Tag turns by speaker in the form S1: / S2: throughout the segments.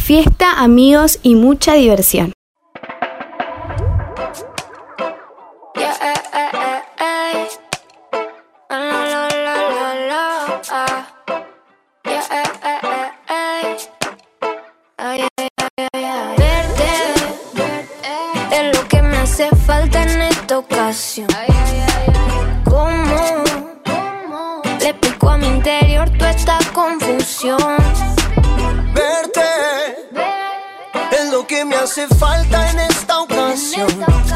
S1: fiesta, amigos y mucha diversión.
S2: Falta en esta ocasión. ¿Cómo le explico a mi interior toda esta confusión?
S3: Verte es lo que me hace falta en esta ocasión.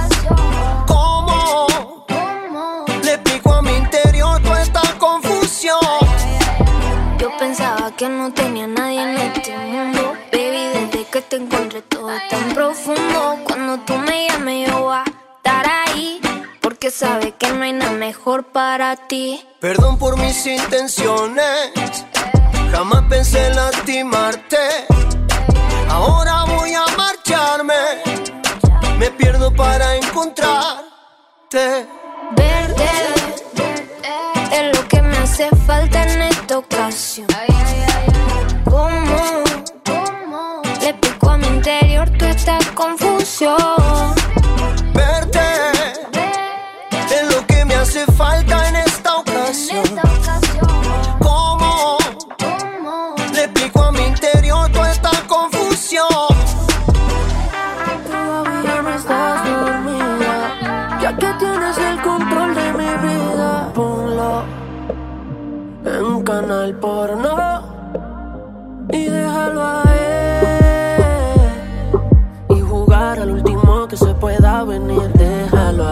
S3: ¿Cómo le explico a mi interior toda esta confusión?
S2: Yo pensaba que no tenía nadie en este mundo, baby, desde que te encontré todo es tan profundo. Cuando tú me llames yo voy a estar ahí, porque sabes que no hay nada mejor para ti.
S3: Perdón por mis intenciones, jamás pensé en lastimarte. Ahora voy a marcharme, me pierdo para encontrarte.
S2: Verte es lo que me hace falta en esta ocasión. ¿Cómo le explico a mi interior toda esta confusión?
S3: Verte es lo que me hace falta en esta ocasión. ¿Cómo le explico a mi interior toda esta confusión?
S4: Todavía no estás dormida, ya que tienes el control de mi vida. Ponlo en canal porno y déjalo ahí, y jugar al último que se pueda venir. Déjalo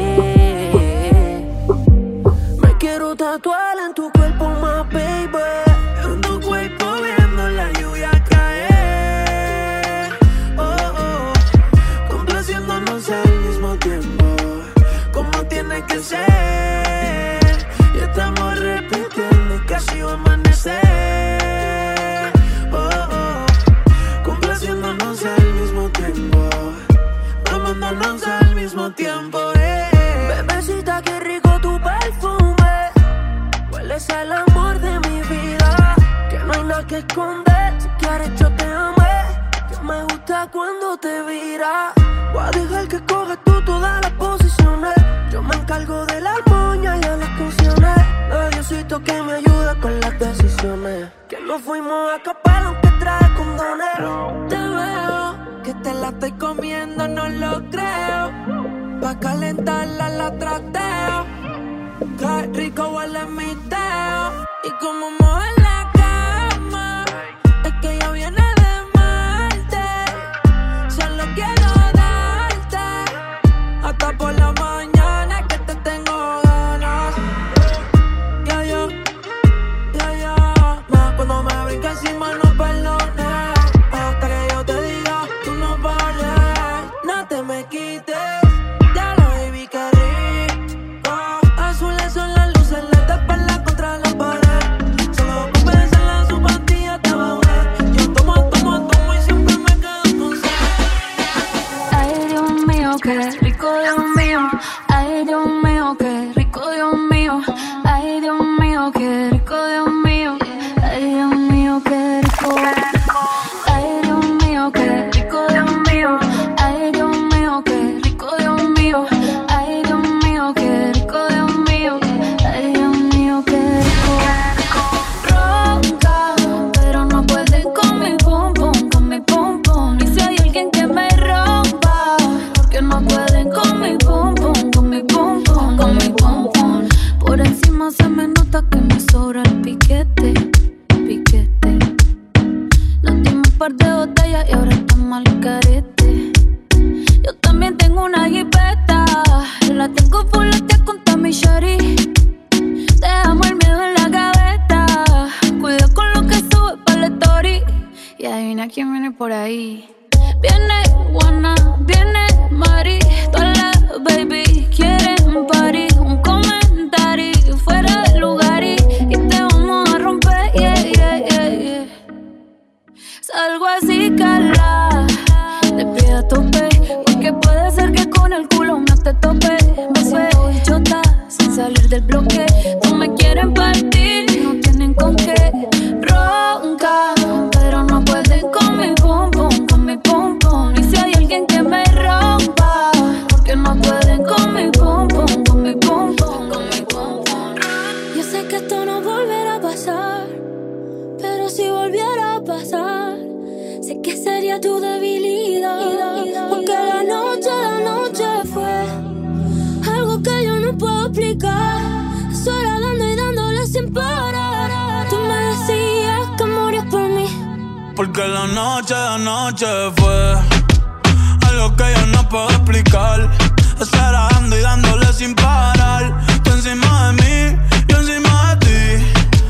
S4: ahí. Me quiero tatuar en tu cuerpo, más baby, en tu cuerpo viendo la lluvia caer. Oh, oh, complaciéndonos al mismo tiempo, como tiene que ser. Y estamos repitiendo y casi va a amanecer. Oh, oh, complaciéndonos al mismo tiempo, amándonos al mismo tiempo. Bebecita, qué rico tu perfume, hueles al amor de mi vida, que no hay nada que esconder. Si quieres yo te amé, que me gusta cuando te vira. Voy a dejar que cojas tú todas las posiciones, yo me encargo de la armonía y de las canciones. Diosito que me ayuda con las decisiones, que nos fuimos a capar aunque trae condones. Te veo que te la estoy comiendo, no lo creo. Pa' calentarla la trateo, qué rico huele mi teo. Y como mueve la cama, es que ya viene de Marte. Solo quiero darte hasta por la mañana, que te tengo ganas. Ya, ya, ya, ya. Cuando me brinca encima no perdones, hasta que yo te diga tú no pares, no te me quites. Ya lo baby, qué rico. Azules son las luces, las tapas contra la pared. Solo pensar en la su pastilla te bajé. Yo tomo y siempre me quedo con sed.
S2: Ay, Dios mío, qué rico, Dios mío. Ay, Dios mío, qué rico, Dios mío. Ay, Dios mío, qué rico, Dios mío. Ay, Dios mío, qué rico. Ay, Dios mío, qué rico, Dios mío. Ay, Dios mío, qué rico, Dios mío. Ay, Dios mío, qué rico, Dios mío. Ay, Dios mío, qué rico. Ronca, pero no puede con mi pum pum, con mi pum pum. Y si hay alguien que me rompa, porque no pueden con mi pum pum, con mi pum pum, con mi pum pum. Por encima se me nota que me sobra el piquete, piquete. Nos dimos un par de botellas y ahora estamos al carete. Yo también tengo una jipeta, la tengo fuletea con Tommy Shari. Dejamos el miedo en la gaveta, cuida con lo que sube para la story. Y adivina quién viene por ahí. Viene Juana, viene Mari, todas las baby quieren party. Un comentario fuera de lugar y te vamos a romper, yeah, yeah, yeah, yeah. Salgo así, cala, te pido a tope, porque puede ser que con el culo no te tope. Me siento bichota, sin salir del bloque. No me quieren partir, no tienen con qué. Ronca, pero no pueden con mi pum pum. pasar. Sé que sería tu debilidad, porque la noche fue algo que yo no puedo explicar. Eso era dando y dándole sin parar. Tú me decías que morías por mí,
S5: porque la noche fue algo que yo no puedo explicar. Eso era dando y dándole sin parar. Tú encima de mí, yo encima de ti.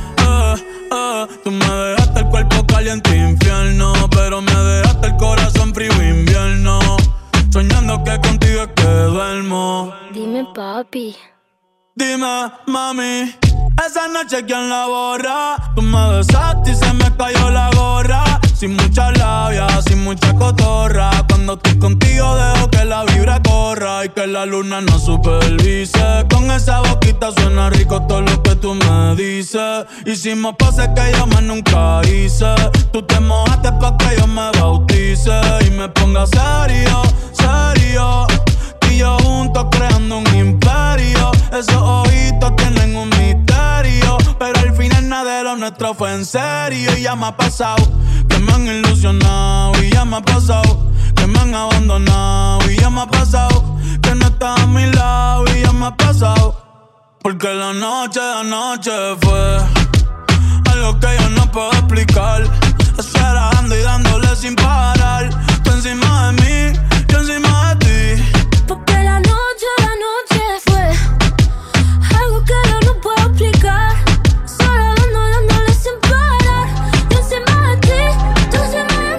S5: Tú me dejaste el cuerpo caliente infierno, pero me dejaste el corazón frío invierno. Soñando que contigo es que duermo.
S2: Dime, papi.
S5: Dime, mami, esa noche ¿quién la borra? Tú me besaste y se me cayó la gorra. Sin mucha labia, sin mucha cotorra. Cuando estoy contigo dejo que la vibra corra y que la luna no supervise. Con esa boquita suena rico todo lo que tú me dices. Hicimos poses que yo más nunca hice. Tú te mojaste pa' que yo me bautice y me ponga serio, serio. Y yo juntos creando un imperio. Esos ojitos tienen un misterio, pero al final nada de lo nuestro fue en serio. Y ya me ha pasado que me han ilusionado, y ya me ha pasado que me han abandonado, y ya me ha pasado que no estás a mi lado, y ya me ha pasado. Porque la noche fue algo que yo no puedo explicar. Eso era dando y dándole sin parar. Tú encima de mí, yo encima de ti.
S2: Porque la noche fue algo que yo no puedo explicar. Solo dándole sin parar. Yo encima de ti, tú encima de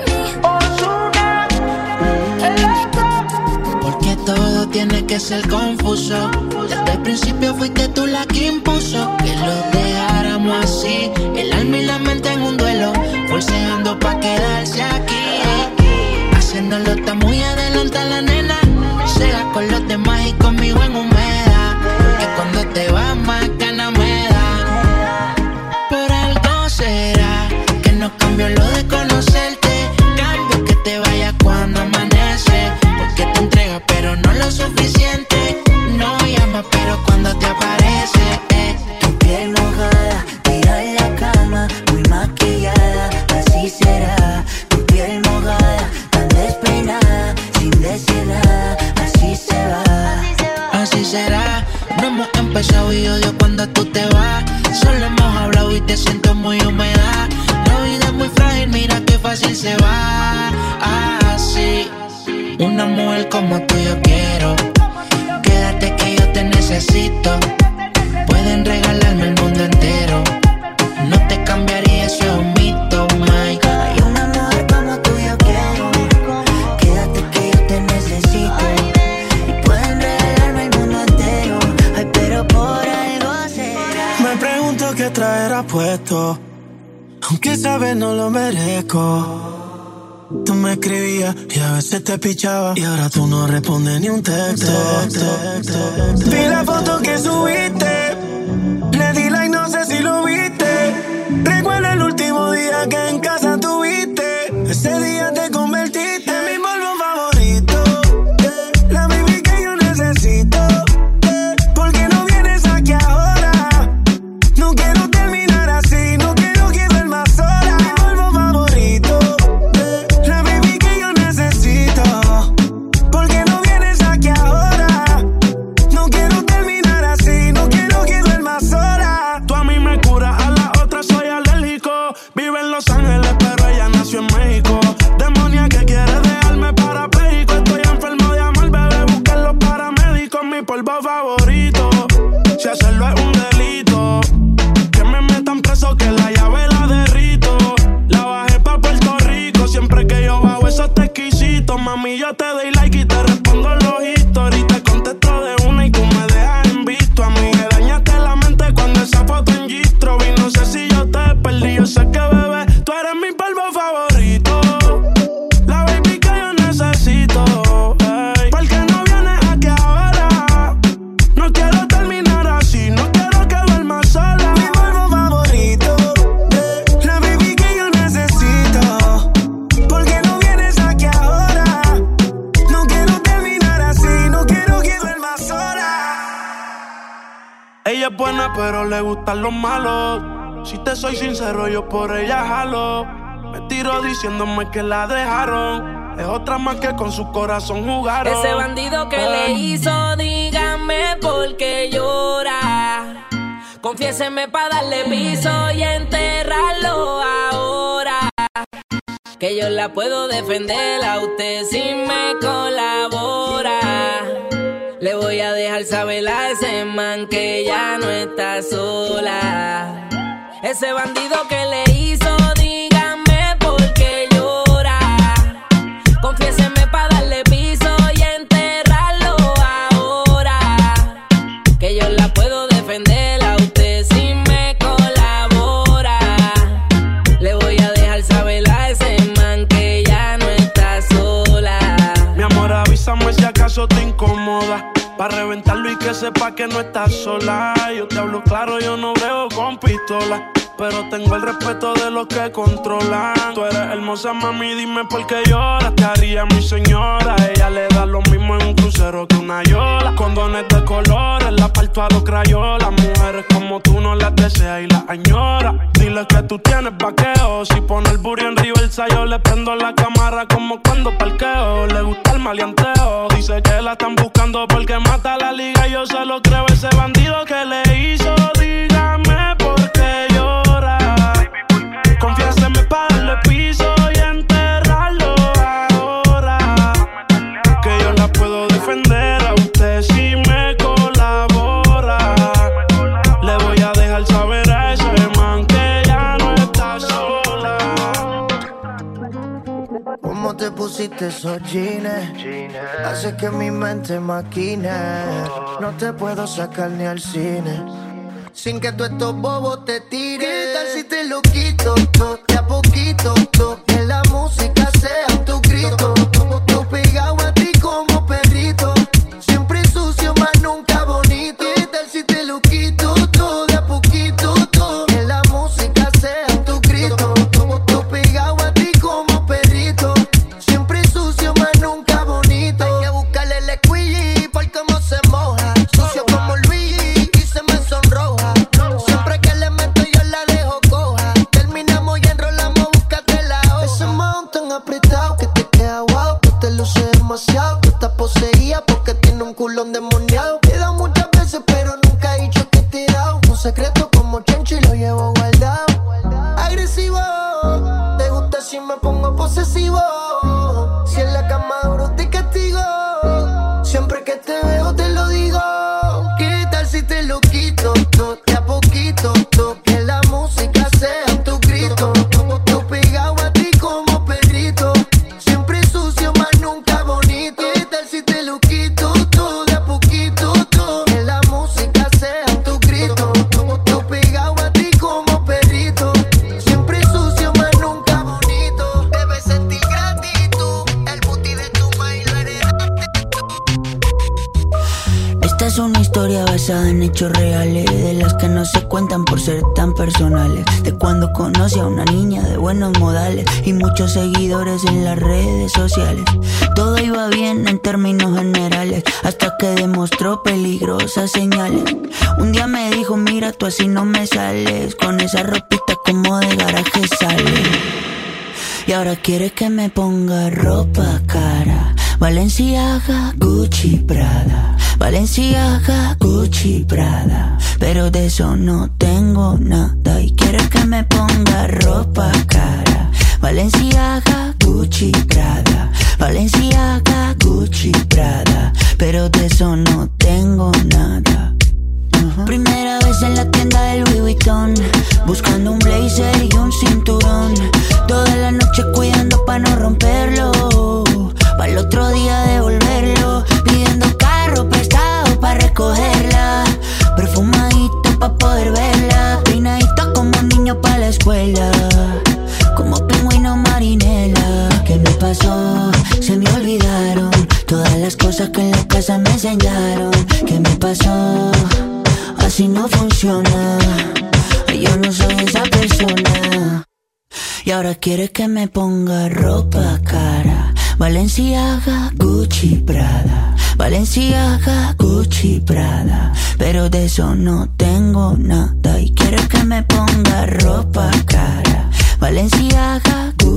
S2: mí.
S6: Porque todo tiene que ser confuso. Desde el principio fuiste tú la que impuso que lo dejáramos así. El alma y la mente en un duelo, forceando pa' quedarse aquí. Haciéndolo está muy adelante la nena. Llega con los demás y conmigo en humedad. Que cuando te vas más ganas me da. Por algo será que no cambió lo de conocerte. Cambio que te vayas cuando amanece. Porque te entregas pero no lo suficiente. No llamas pero cuando te aparece
S7: Tu piel mojada, tira en la cama, muy maquillada, así será. Tu piel mojada, tan despeinada, sin decir nada, así se va.
S6: Así será, no hemos empezado y odio cuando tú te vas. Solo hemos hablado y te siento muy húmeda. La vida es muy frágil, mira qué fácil se va. Así, una mujer como tú yo quiero. Quédate que yo te necesito. Pueden regalarme el mundo entero. No te cambiaría, eso es un mito, Mike.
S7: Hay una mujer como tú yo quiero. Quédate que yo te necesito. Y pueden regalarme el mundo entero. Ay, pero por algo será.
S3: Me pregunto qué traerás puesto, aunque sabes no lo merezco. Tú me escribías y a veces te pichaba, y ahora tú no respondes ni un texto. Vi la foto que subiste, le di like, no sé si lo viste. Recuerda el último día que en casa tuviste. Ese día te convertiste en mi polvo favorito, la baby que yo necesito. ¿Por qué no vienes aquí ahora? No quiero terminar así, no quiero que duermas sola. Mi polvo favorito, la baby que yo necesito. ¿Por qué no vienes aquí ahora? No quiero terminar así, no quiero que duermas sola.
S8: Tú a mí me curas, a la otra soy alérgico. Vive en Los Ángeles, pero ella nació en México. Demonia que quiere dejarme parapléjico. Estoy enfermo de amor, bebé, busquen los paramédicos. Mi polvo favorito, si hacerlo es un delito. Que me metan preso, que la llave la derrito. La bajé pa' Puerto Rico, siempre que yo bajo eso está exquisito. Mami, yo te doy like y te respondo los historias. Te contesto de una y tú me dejas en visto. A mí me dañaste la mente cuando esa foto en Gistro vi. No sé si yo te perdí, yo sé que bebé, tú eres mi polvo favorito. La baby que yo necesito. Ey. ¿Por qué no vienes aquí ahora? No quiero terminar así, no quiero que duermas sola.
S3: Mi polvo favorito, la baby que yo necesito. ¿Por qué no vienes aquí ahora? No quiero terminar así, no quiero que duermas sola.
S8: Ella es buena pero le gustan los malos. Si te soy sincero yo por ella jalo. Me tiro diciéndome que la dejaron. Es otra más que con su corazón jugaron.
S9: Ese bandido que le hizo, dígame por qué llora. Confiéseme pa' darle piso y enterrarlo ahora. Que yo la puedo defender a usted si me colabora. Le voy a dejar saber a ese man que ya no está sola. Ese bandido que le hizo, dígame por qué llora. Confiéseme pa' darle piso y enterrarlo ahora. Que yo la puedo defender a usted si me colabora. Le voy a dejar saber a ese man que ya no está sola.
S8: Mi amor, avísame si acaso te incomoda, pa' reventarlo y que sepa que no estás sola. Yo te hablo claro, yo no veo con pistola, pero tengo el respeto de los que controlan. Tú eres hermosa, mami, dime por qué lloras. Te haría mi señora. Ella le da lo mismo en un crucero que una yola. Condones de colores, la parto a los crayolas. Mujeres como tú no las deseas y las añoras. Dile que tú tienes vaqueo. Si pone el booty en reversa, yo le prendo la cámara como cuando parqueo. Le gusta el maleanteo. Dice que la están buscando porque mata la liga. Yo se lo creo, ese bandido que le hizo. Dígame por qué llora. Confiéseme pa' darle piso y enterrarlo ahora. Que yo la puedo defender a usted si me colabora. Le voy a dejar saber a ese man que ya no está sola.
S10: ¿Cómo te pusiste esos jeans? Hace que mi mente maquine. No te puedo sacar ni al cine sin que tú estos bobos te tiren. ¿Qué tal si te lo quito todo, de a poquito todo? Que la música sea tu grito. Yo pegado a ti como perrito, siempre sucio, más nunca bonito. ¿Qué tal si te lo quito todo, de a poquito todo? Que la música sea tu grito. Yo pegado a ti como perrito, siempre sucio, más nunca bonito. Hay que buscarle el squeegee por cómo se moja. Sucio como Luigi y se me sonroja. Siempre que le meto yo la dejo coja. Terminamos y enrolamos, búscate la hoja. Ese man tan apretado que te queda guau. No te luce demasiado, tú estás poseída porque tiene un culón demoniado. Te he dado muchas veces pero nunca he dicho que te he dado un secreto como Chencho y lo llevo guardado. Agresivo, te gusta si me pongo posesivo. Si en la cama duro te castigo, siempre que te veo te lo digo. ¿Qué tal si te lo quito todo, de a poquito todo? Que la música sea tu grito. Yo pegado a ti como perrito, siempre sucio, más nunca bonito. ¿Qué tal si te lo quito todo, de a poquito todo? Que la música sea tu grito. Yo pegado a ti como perrito, siempre sucio, más nunca bonito. Debes sentir gratitud, el booty de tu maíz lo heredaste.
S7: Esta es una historia basada en hechos reales, de las que no se cuentan por ser tan personales. De cuando conocí a una niña de buenos modales y muchos seguidores en las redes sociales. Todo iba bien en términos generales, hasta que demostró peligrosas señales. Un día me dijo, mira, tú así no me sales, con esa ropita como de garaje sale. Y ahora quiere que me ponga ropa cara. Balenciaga, Gucci, Prada. Balenciaga, Gucci, Prada. Pero de eso no tengo nada. Y quiere que me ponga ropa cara. Balenciaga, Gucci, Prada. Balenciaga, Gucci, Prada. Pero de eso no tengo nada. Primera vez en la tienda del Louis Vuitton, buscando un blazer y un cinturón. Toda la noche cuidando pa' no romperlo, pa' el otro día devolverlo. Pidiendo carro prestado pa' recogerla, perfumadito pa' poder verla. Peinadito como un niño pa' la escuela, como pingüino marinela. ¿Qué me pasó? Se me olvidaron todas las cosas que en la casa me enseñaron. ¿Qué me pasó? Así no funciona, yo no soy esa persona. Y ahora quiere que me ponga ropa cara. Balenciaga, Gucci, Prada. Balenciaga, Gucci, Prada. Pero de eso no tengo nada. Y quiere que me ponga ropa cara. Balenciaga, Gucci,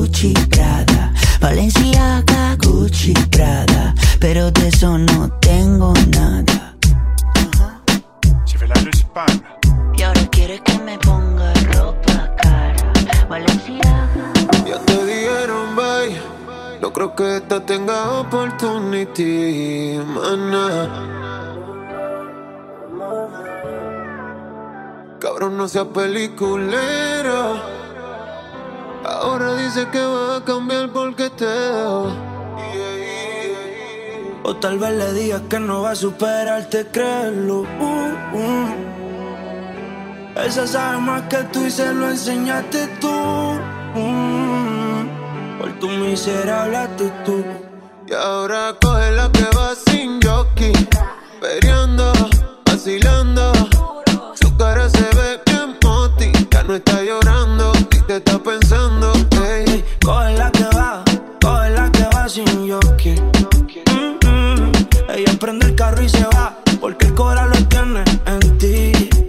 S7: Gucci, Prada, Balenciaga, Gucci, Prada, pero de eso no tengo nada.
S11: Je vais la luspana.
S7: Y ahora quieres que me ponga ropa cara, Balenciaga.
S4: Ya te dijeron, bye, no creo que esta tenga opportunity, mana. Cabrón, no seas peliculero. Ahora dice que va a cambiar porque te dejo.
S5: O tal vez le digas que no va a superarte, créelo. Ella sabe más que tú y se lo enseñaste tú. Por tu miserable actitud.
S4: Y ahora coge la que va sin jockey, peleando, vacilando. Su cara se ve bien moti, ya no está llorando ni te está pensando. Hey.
S5: Coge la que va sin jockey. Ella prende el carro y se va, porque el corazón lo tiene en ti.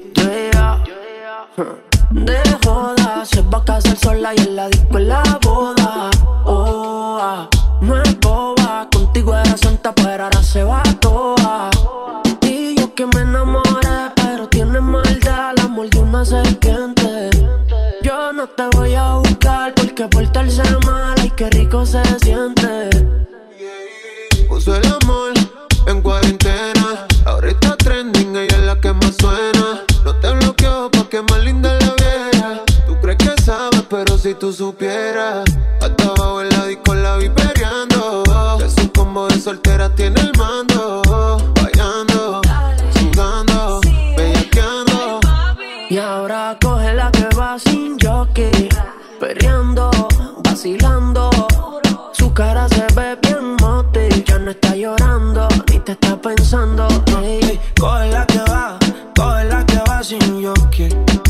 S9: De joda, se va a casar sola y en la disco en la boda. Oh, no es boba, contigo era santa, pero ahora se va toda. Y yo que me enamoré, pero tiene maldad, la mordió una serpiente. Yo no te voy a buscar porque portarse mal, ay qué rico se siente.
S4: Puso el amor en cuarentena, ahora está trending, ella es la que más suena. No te bloqueo pa' que más linda la viera. Tú crees que sabes, pero si tú supieras, hasta abajo en la disco la vi peleando. De su combo de soltera tiene el mando, bailando, sudando, bellaqueando.
S9: Y ahora coge la que va sin jockey, perreando, vacilando. Su cara se ve bien moti, ya no está llorando ni te está pensando. Hey.
S5: Coge la que va sin jockey.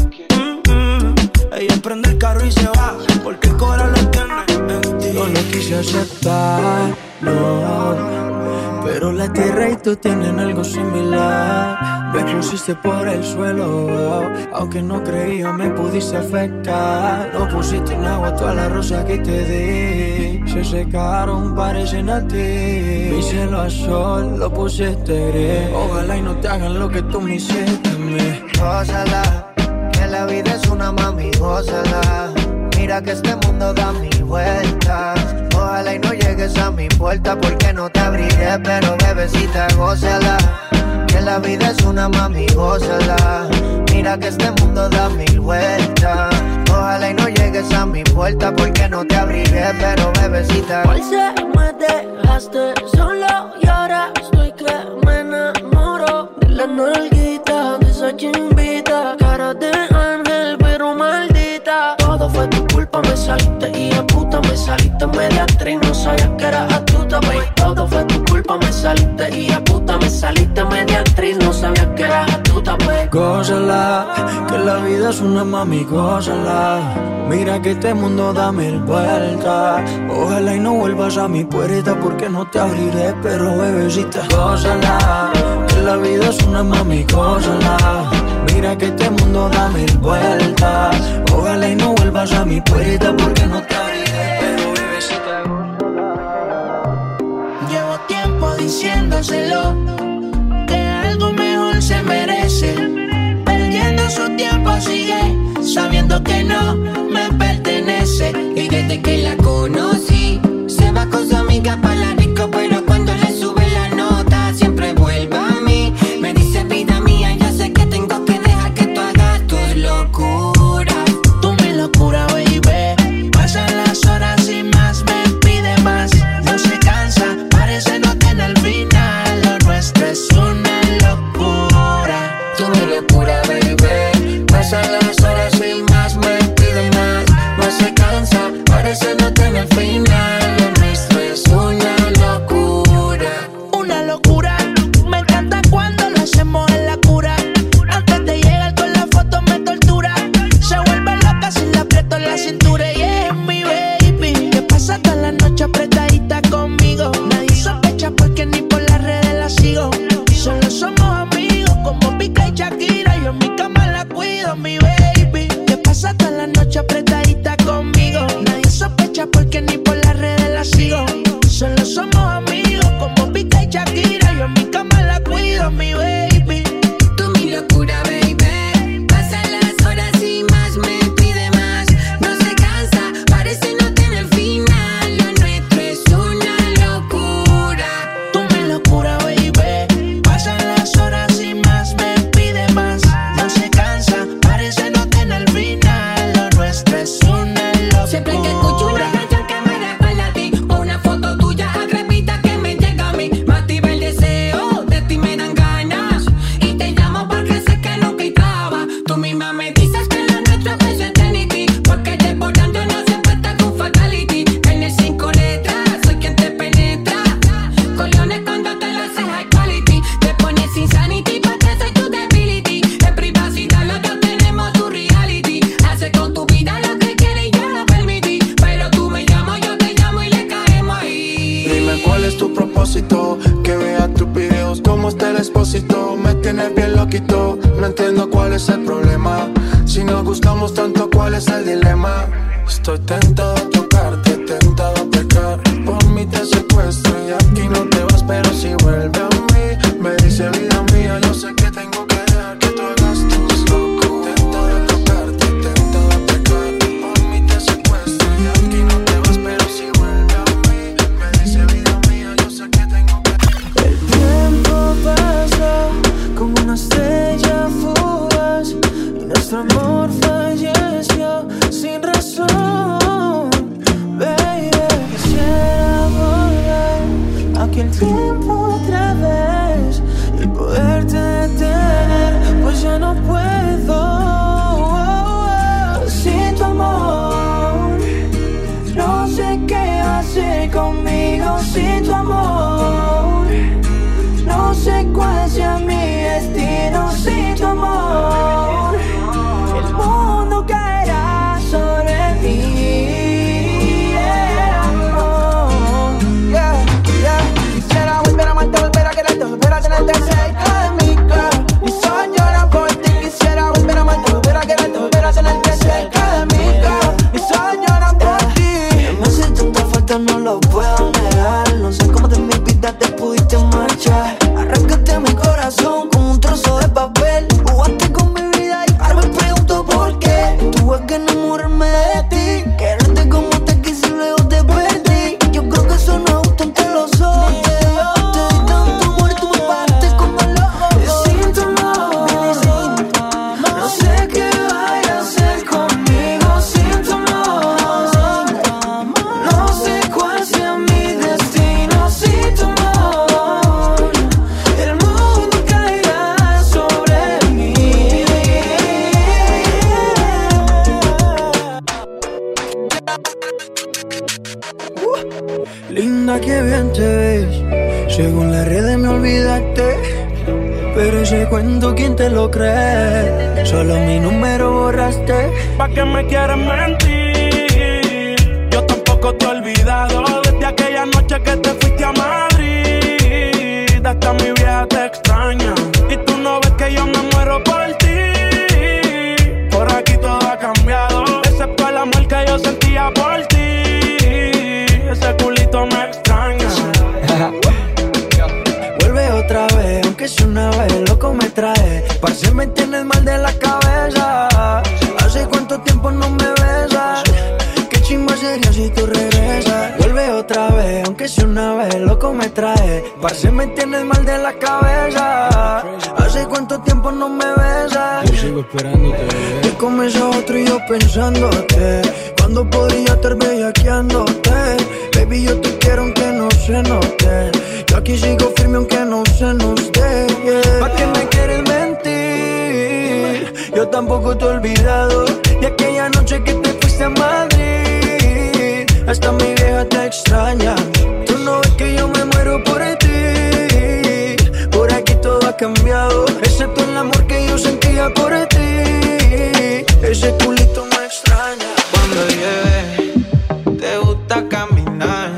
S5: Ella prende el carro y se va, porque el corazón lo tiene en ti.
S3: No lo quise aceptar, no, pero la tierra y tú tienen algo similar. Me pusiste por el suelo, aunque no creía me pudiste afectar. No pusiste en agua todas las rosas que te di, se secaron, parecen a ti. Mi cielo a sol lo pusiste gris. Ojalá y no te hagan lo que tú me hiciste a mí.
S10: Gózala, que la vida es una mami, gózala. Mira que este mundo da mil vueltas. Ojalá y no llegues a mi puerta porque no te abriré, pero bebecita, gózala. Que la vida es una mami, gózala. Mira que este mundo da mil vueltas. Ojalá y no llegues a mi puerta porque no te abriré, pero bebecita.
S9: ¿Cuál se me dejaste solo y ahora estoy que me enamoro de la nalguita, de esa chimbita, cara de ángel pero maldita. Todo fue tu culpa, me saliste y a puta me saliste media actriz, no sabías que eras astuta, baby. Todo fue tu culpa, me saliste y a puta me saliste media actriz, no sabías que eras astuta, baby.
S3: Gózala, que la vida es una mami, gózala. Mira que este mundo da mil vueltas. Ojalá y no vuelvas a mi puerta porque no te abriré, pero bebecita, gózala. Que la vida es una mami, gózala. Mira que este mundo da mil vueltas. Ojalá y no vuelvas a mi puerta porque no te abriré, pero bebecita, gózala.
S6: Llevo tiempo diciéndoselo, que algo mejor se merece. Perdiendo su tiempo sigue, sabiendo que no me pertenece. Y desde que la conocí, se va con su amiga pa' la disco, pero cuando le sube la nota, siempre vuelve a mí. Me dice, vida mía, yo sé que tengo que dejar que tú hagas tus locuras. Tú mi locura, baby. Pasan las horas y más me pide más. No se cansa, parece no tener final. Lo nuestro es una locura. Tú mi locura, baby. Pasan las horas y más me pide más. No se cansa, parece no tener final. Lo nuestro es una locura. Una locura. Me encanta cuando lo hacemos en la cura. Antes de llegar con la foto me tortura. Se vuelve loca si le aprieto la cintura. Y es mi baby, que pasa toda la noche apretadita conmigo. Nadie sospecha porque ni por las redes la sigo. Solo somos amigos como Pica y Shakira. Yo en mi cama la cuido, mi baby, que pasa toda la noche apretadita conmigo. Nadie sospecha porque
S3: entiendo cuál es el problema. Si nos gustamos tanto, ¿cuál es el dilema? Estoy tentado a tocarte, tentado a pecar. Por mí te secuestro y aquí no te vas, pero si vuelve a mí. Me dice vida mía, yo sé que tengo que dejar que tú hagas tus locos. Tentado a tocarte, tentado a pecar. Por mí te secuestro y aquí no te vas, pero si vuelve a mí. Me dice vida mía, yo sé que tengo que...
S4: El tiempo pasa como una estrella fugaz y nuestro amor falleció sin razón, baby. Quisiera volver a aquel tiempo otra vez y poderte detener, pues ya no puedo. Sin tu amor, no sé qué hacer conmigo sin tu amor. No sé cuál sea mi destino sin tu amor. El mundo caerá sobre mí. Quisiera volver a amarte, volver a quererte, volver a tenerte cerca de mí. Mi sueño era por ti. Quisiera volver a amarte, volver a quererte, volver a tenerte cerca de mí. Mi sueño era por ti. Me hace tanta falta, no lo puedo negar. No sé cómo de mi vida te pudiste marchar. Arrancaste mi corazón como un trozo de papel. Jugaste con mi vida y ahora me pregunto por qué. Tuve que enamorarme de ti, quererte como te quise y luego te perdí. Yo creo que eso no es justo entre los dos. Te di tanto amor y tú me pagaste como loco. Sin tu amor, no sé qué vaya a hacer conmigo sin tu amor. No sé cuál sea mi destino sin tu amor. El mundo caerá sobre mí. Linda, qué bien te ves. Según las redes me olvidaste, pero ese cuento, ¿quién te lo cree? Solo mi número borraste.
S8: ¿Pa' qué me quieres mentir? Yo tampoco te he olvidado desde aquella noche que te fuiste a Madrid. Hasta mi vieja te extraña y tú no ves que yo me muero por ti. Por aquí todo ha cambiado, excepto el amor que yo sentía por ti. Ese culito me extraña.
S4: Vuelve otra vez, aunque sea una vez, loco me trae. Parce, me tienes mal de la cabeza. ¿Hace cuánto tiempo no me besas? Qué chimba sería si tú regresas. Vuelve otra vez, aunque sea una vez, loco me trae. Parce, me tienes mal de la cabeza. ¿Hace cuánto tiempo no me besas?
S12: Yo sigo esperándote.
S4: Te comes a otro y yo pensándote. ¿Cuándo podría estar bellaqueándote? Baby, yo te quiero aunque no se note. Yo aquí sigo firme aunque no se nos dé, yeah. ¿Pa' qué me quieres mentir? Yo tampoco te he olvidado de aquella noche que te fuiste a Madrid. Hasta mi vieja te extraña. Tú no ves que yo me muero por ti. Por aquí todo ha cambiado, excepto el amor que yo sentía por ti. Ese culito me extraña.
S13: Cuando llueve, te gusta caminar.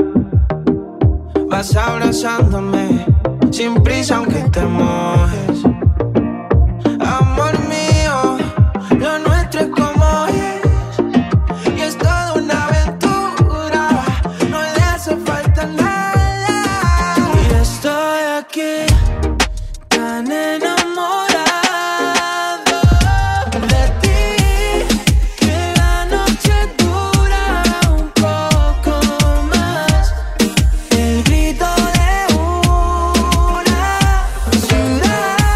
S13: Vas abrazándome, sin prisa aunque te mojes. Amor mío, lo nuestro es como es. Y es toda una aventura, no le hace falta nada.
S4: Y estoy aquí, tan enamorado de ti, que la noche dura un poco más. El grito de una ciudad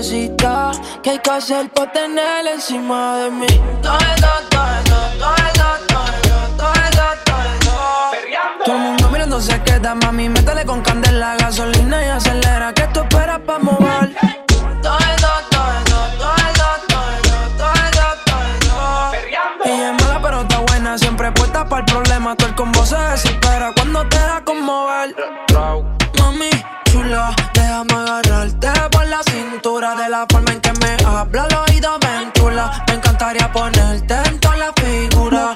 S13: necesita. ¿Qué hay que hacer para tener encima de mí? Todo el mundo mirando se queda, mami, métele con candela, gasolina y acelera. ¿Qué tú esperas pa' mover? Ella es mala pero está buena, siempre puesta para el problema. Todo el combo se desespera cuando te da conmover. Mami chula, déjame agarrarte por la cintura. De la forma en que me habla al oído me enchula. Me encantaría ponerte en toda la figura.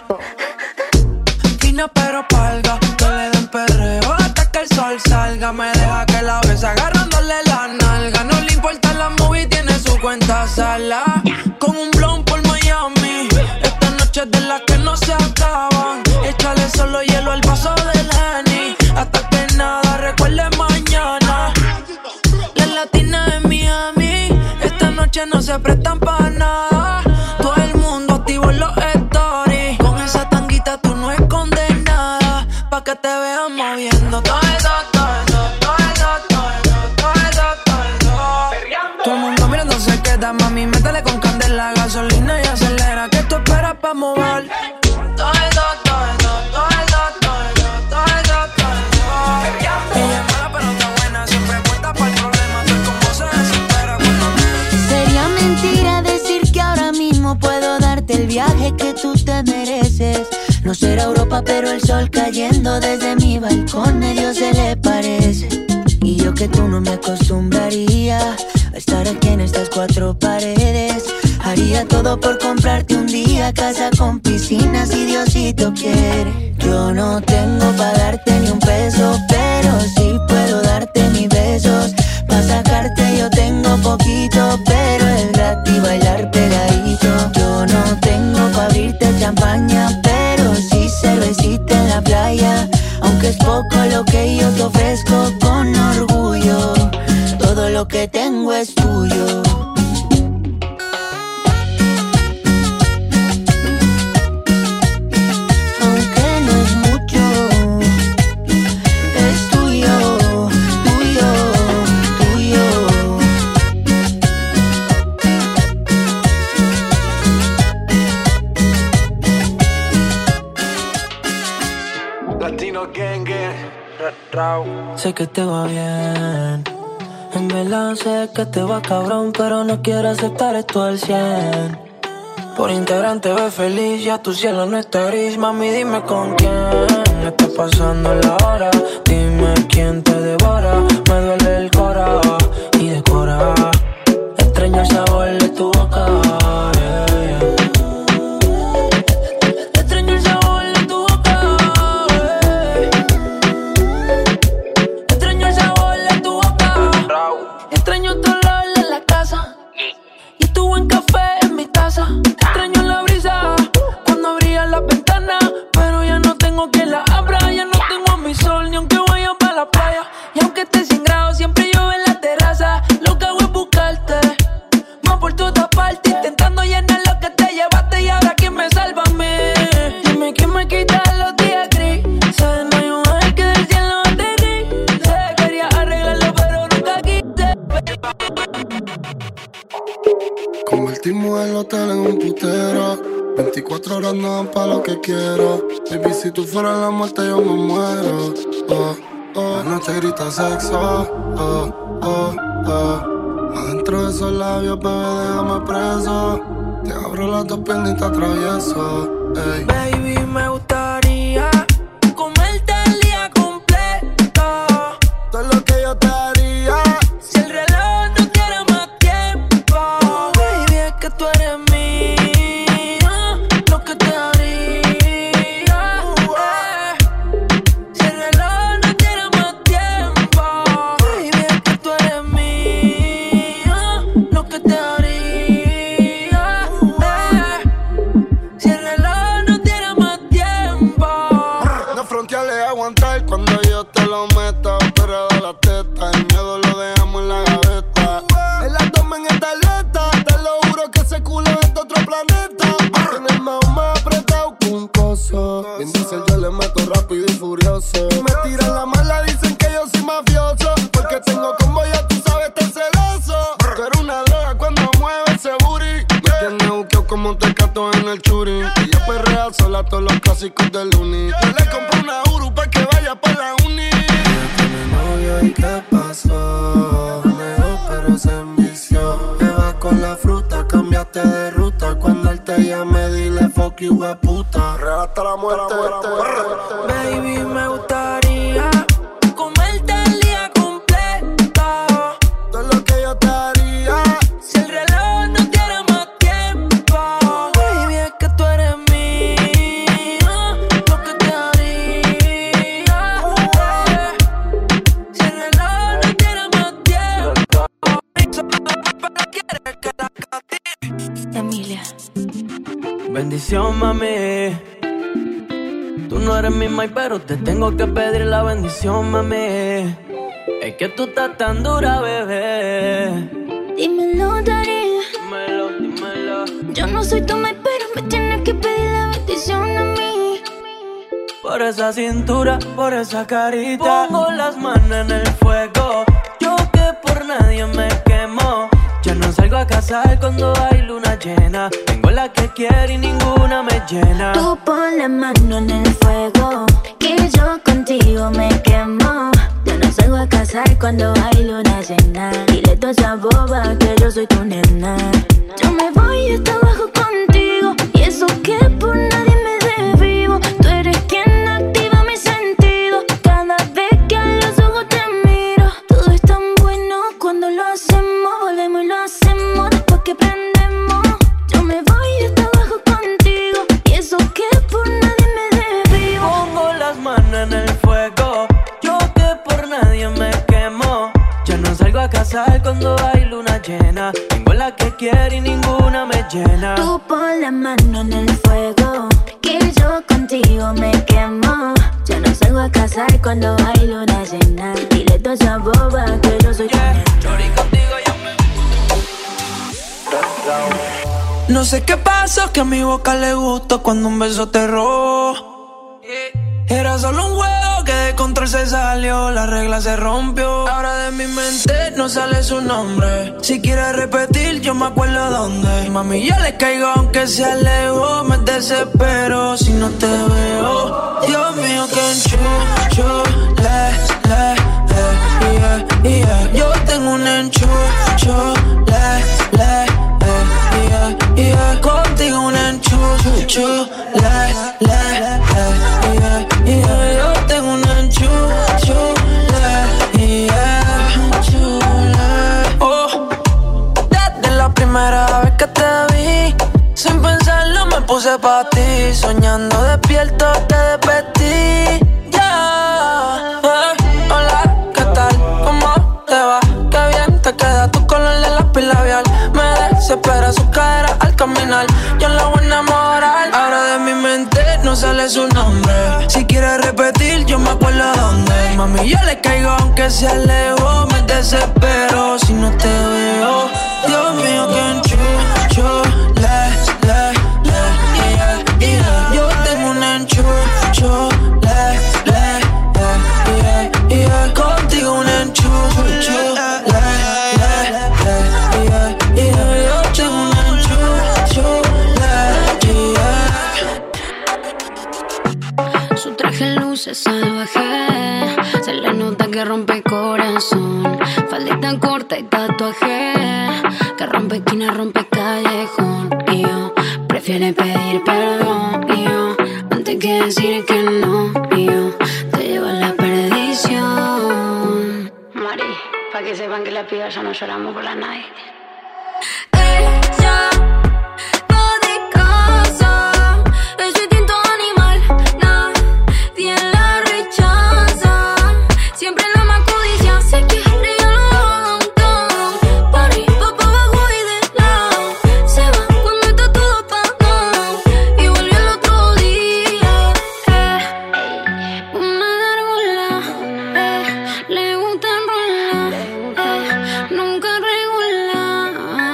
S13: Fina pero palga, que le den perreo hasta que el sol salga. Me deja que la bese agarrándole la nalga. No le importa la movie, tiene su cuenta sala. Con un blon por Miami. Esta noche es de las que no se acaban. Échale solo hielo al vaso del Henny, hasta que nada recuerde mañana. Las latinas en Miami esta noche no se prestan pa' nada. Todo el mundo activo en los stories. Con esa tanguita tú no escondes nada, pa' que te vean moviendo todo eso, todo eso, todo eso, todo eso, todo eso, todo eso. Todo el mundo mirando se queda, mami, métele con candela, gasolina y acelera. ¿Qué tú esperas pa' mover? Todo eso, todo eso, todo eso, todo eso, todo eso, todo eso. Ella es mala pero está buena, siempre puesta para el problema. Tú como se desespera cuando me...
S7: Sería mentira decir que ahora mismo puedo darte el viaje que tú te mereces. No será Europa pero el sol cayendo desde mi balcón a Dios se le parece. Y yo que tú no me acostumbraría a estar aquí en estas cuatro paredes. Haría todo por comprarte un día casa con piscina si Diosito quiere. Yo no tengo pa' darte ni un peso, pero sí puedo darte mis besos. Pa' sacarte yo tengo poquito, pero es gratis bailar pegadito. Yo no tengo pa' abrirte champaña, pero sí cervecita en la playa. Aunque es poco lo que yo te ofrezco con orgullo, todo lo que tengo es tuyo.
S13: Sé que te va bien, en verdad sé que te va cabrón, pero no quiero aceptar esto al 100. Por integrante ves feliz, ya tu cielo no está gris. Mami, dime con quién está pasando la hora. Dime quién te devora, me duele el cora y decora. Extraño el sabor de tu boca, yeah, yeah. Extraño el sabor de tu boca, yeah. Extraño el sabor de tu boca. Extraño tu olor en la casa y tu buen café en mi taza. Extraño la brisa cuando abría la ventana, pero ya no tengo quien la abra. Ya no tengo a mi sol, ni aunque vaya para la playa. Y aunque esté 100 grados, siempre llueve en la terraza. Lo que hago es buscarte, más por toda parte, intentando llenar lo que te llevaste. Y ahora quién me salva a mí. Dime quién me quita los días gris. Sé, no hay un ángel que del cielo te di. Sé, quería arreglarlo pero nunca quise.
S12: Convertimos el hotel en un putero. 24 horas no dan pa' lo que quiero. Baby, si tú fueras la muerte yo me muero. Oh, oh. La noche grita sexo. Oh, oh, oh. Adentro de esos labios, bebé, déjame preso. Te abro las dos piernas y te atravieso. Ey.
S13: Baby, me gustaría comerte el día completo.
S12: Todo lo que yo te haría.
S13: Si el reloj no quiere más tiempo, baby, es que tú eres mía. Lo que te haría, si el reloj no quiere más tiempo, baby, es que tú eres mía. Lo que te haría, si el reloj no tiene más tiempo.
S12: No fronteales aguantar cuando yo te lo meta. Pero de la teta, el miedo lo dejamos en la gaveta. El abdomen está alerta, te lo juro que ese culo es de otro planeta. Tiene el más apretado que un coso. Bien dicen yo le meto rápido y furioso. Y me tiran la mala, dicen que yo soy mafioso. Porque tengo combo, ya tú sabes, tan celoso. Tú eres una droga. fotos en el churi. Ella perrea sola todos los clásicos del uni. Yo le compré una Uru pa' que vaya pa' la uni. Ella tiene novio y ¿qué pasó? Mejor pero se envició. Te vas con la fruta, cambiaste de ruta. Cuando él te llame dile fuck you, puta. Real hasta la muerte.
S13: Baby, me gustaría comerte el día completo.
S12: Todo lo que yo te haría.
S13: Si el reloj no tiene más tiempo. Baby, es que tú eres mía. Lo que te haría. Si el reloj no tiene más tiempo. Pero quieres que la castigue.
S1: Emilia.
S9: Bendición, mami. Tú no eres mi mai, pero te tengo que pedir la bendición, mami. Es que tú estás tan dura, bebé.
S2: Dímelo, Darío.
S9: Dímelo.
S2: Yo no soy tu mai, pero me tienes que pedir la bendición a mí.
S9: Por esa cintura, por esa carita, pongo las manos en el fuego. Yo que por nadie me quemo. Ya no salgo a cazar cuando hay luna llena. Tengo la que quiero y ninguna me llena.
S2: Tú pon la mano en el fuego, que yo contigo me quemo. Yo no salgo a cazar cuando hay luna llena. Dile toda esa boba que yo soy tu nena. Yo me voy hasta abajo contigo, y eso que por nadie me desvivo. Tú eres quien activa mis sentidos. Cada vez que a los ojos te miro, todo es tan bueno cuando lo hacemos. Volvemos y lo hacemos después que prendemos. Yo me voy hasta abajo contigo, y eso que por nadie me desvivo.
S9: Pongo las manos en el fuego, yo que por nadie me quemo. Ya no salgo a cazar cuando hay luna llena. Tengo la que quiero y ninguna me llena.
S2: Tú pon la mano en el fuego, que yo contigo me quemo. Ya no salgo a cazar cuando hay luna llena. Dile toda esa boba que yo soy tu nena.
S9: Chori, contigo yo me...
S13: No sé qué pasó, que a mi boca le gustó cuando un beso te robó. Era solo un juego que de control se salió, la regla se rompió. Ahora de mi mente no sale su nombre. Si quieres repetir, yo me acuerdo dónde. Mami, yo le caigo aunque sea lejos. Me desespero si no te veo. Dios mío, que yeah. Yo tengo un yeah. Contigo un yeah. Yo tengo un oh, desde la primera vez que te vi, sin pensarlo me puse pa' ti. Soñando despierto te desperté. Ya, hola, ¿qué tal? ¿Cómo te va? Qué bien te queda tu color de lápiz labial. Me desespera su cara al caminar. Yo la voy a enamorar. Ahora de mi mente no sale su nombre. Si quieres repetir, yo me acuerdo dónde. Mami, yo le caigo aunque sea lejos. Me desespero si no te veo. Dios mío, que yeah. Yo tengo un yeah. Contigo un yeah. Yo tengo un yeah.
S2: Su traje luce salvaje, se le nota que rompe corazón. Faldita corta y tatuaje, que rompe esquina, rompe callejón. Y yo prefiero pedir perdón, y yo antes que decir que no. Y yo te llevo a la perdición. Mari, pa' que sepan que las pibas ya no lloramos por la night. Ella va de casa, es su instinto animal, nadie la rechaza. Siempre la más codicia, se quiere y lo downtown. Party, va pa' abajo y de lado. Se va cuando está todo apagado y vuelve al otro día. Una gárgola, le gusta enrolar, nunca regular.